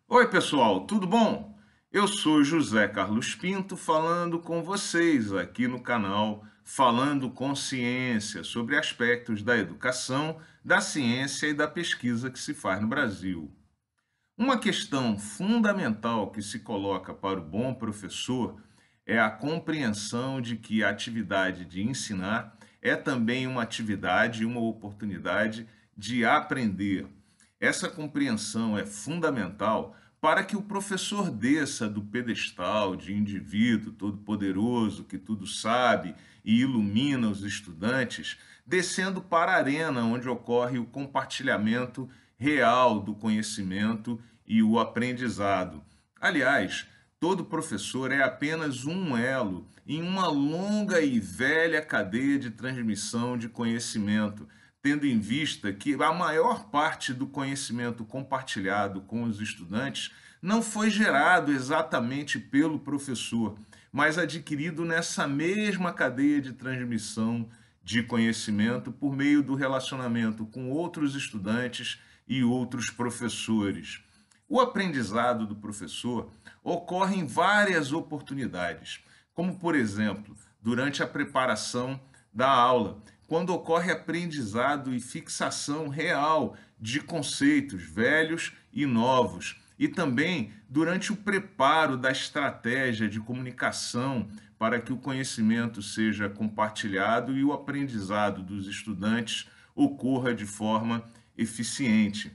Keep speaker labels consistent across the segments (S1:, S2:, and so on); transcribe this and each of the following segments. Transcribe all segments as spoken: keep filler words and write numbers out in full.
S1: Oi, pessoal, tudo bom? Eu sou José Carlos Pinto falando com vocês aqui no canal Falando com Ciência sobre aspectos da educação, da ciência e da pesquisa que se faz no Brasil. Uma questão fundamental que se coloca para o bom professor é a compreensão de que a atividade de ensinar é também uma atividade e uma oportunidade de aprender. Essa compreensão é fundamental para que o professor desça do pedestal de indivíduo todo-poderoso que tudo sabe e ilumina os estudantes, descendo para a arena onde ocorre o compartilhamento real do conhecimento e o aprendizado. Aliás, todo professor é apenas um elo em uma longa e velha cadeia de transmissão de conhecimento, tendo em vista que a maior parte do conhecimento compartilhado com os estudantes não foi gerado exatamente pelo professor, mas adquirido nessa mesma cadeia de transmissão de conhecimento por meio do relacionamento com outros estudantes e outros professores. O aprendizado do professor ocorre em várias oportunidades, como, por exemplo, durante a preparação da aula, quando ocorre aprendizado e fixação real de conceitos velhos e novos, e também durante o preparo da estratégia de comunicação para que o conhecimento seja compartilhado e o aprendizado dos estudantes ocorra de forma eficiente.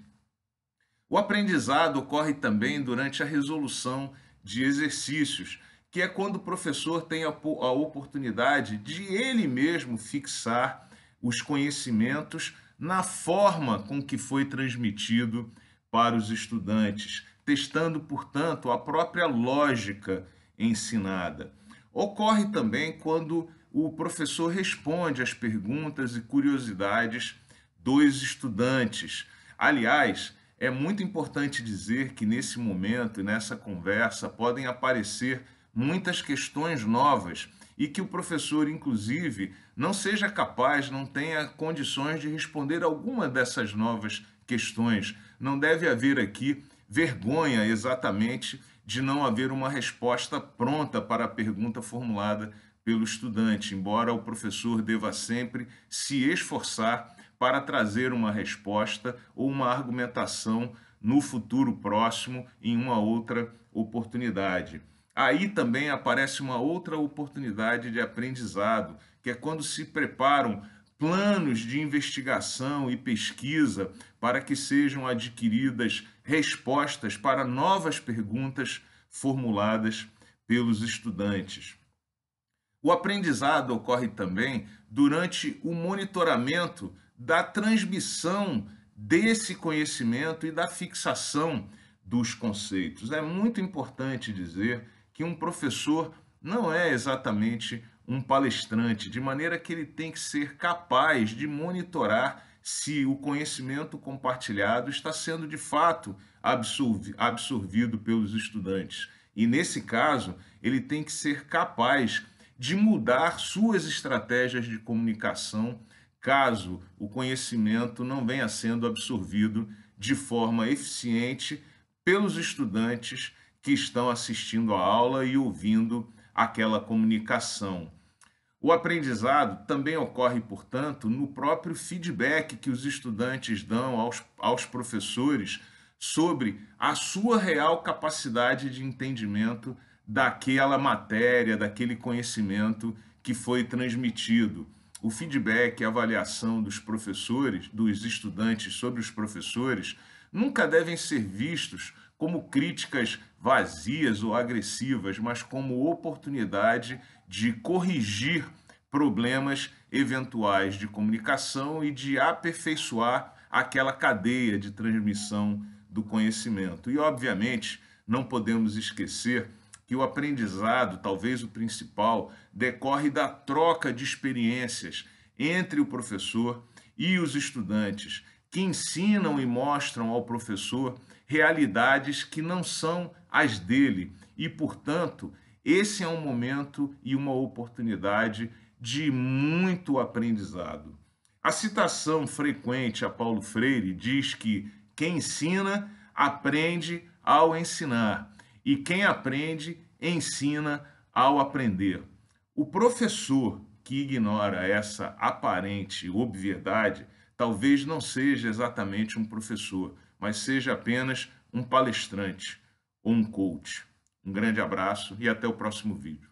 S1: O aprendizado ocorre também durante a resolução de exercícios, que é quando o professor tem a, a oportunidade de ele mesmo fixar os conhecimentos na forma com que foi transmitido para os estudantes, testando, portanto, a própria lógica ensinada. Ocorre também quando o professor responde às perguntas e curiosidades dos estudantes. Aliás, é muito importante dizer que nesse momento e nessa conversa podem aparecer muitas questões novas e que o professor, inclusive, não seja capaz, não tenha condições de responder alguma dessas novas questões. Não deve haver aqui vergonha exatamente de não haver uma resposta pronta para a pergunta formulada pelo estudante, embora o professor deva sempre se esforçar para trazer uma resposta ou uma argumentação no futuro próximo em uma outra oportunidade. Aí também aparece uma outra oportunidade de aprendizado, que é quando se preparam planos de investigação e pesquisa para que sejam adquiridas respostas para novas perguntas formuladas pelos estudantes. O aprendizado ocorre também durante o monitoramento da transmissão desse conhecimento e da fixação dos conceitos. É muito importante dizer que um professor não é exatamente um palestrante, de maneira que ele tem que ser capaz de monitorar se o conhecimento compartilhado está sendo de fato absorvido pelos estudantes. E nesse caso, ele tem que ser capaz de mudar suas estratégias de comunicação caso o conhecimento não venha sendo absorvido de forma eficiente pelos estudantes que estão assistindo a aula e ouvindo aquela comunicação. O aprendizado também ocorre, portanto, no próprio feedback que os estudantes dão aos, aos professores sobre a sua real capacidade de entendimento daquela matéria, daquele conhecimento que foi transmitido. O feedback e a avaliação dos professores, dos estudantes sobre os professores, nunca devem ser vistos como críticas vazias ou agressivas, mas como oportunidade de corrigir problemas eventuais de comunicação e de aperfeiçoar aquela cadeia de transmissão do conhecimento. E, obviamente, não podemos esquecer que o aprendizado, talvez o principal, decorre da troca de experiências entre o professor e os estudantes, que ensinam e mostram ao professor realidades que não são as dele e, portanto, esse é um momento e uma oportunidade de muito aprendizado. A citação frequente a Paulo Freire diz que quem ensina aprende ao ensinar, e quem aprende, ensina ao aprender. O professor que ignora essa aparente obviedade talvez não seja exatamente um professor, mas seja apenas um palestrante ou um coach. Um grande abraço e até o próximo vídeo.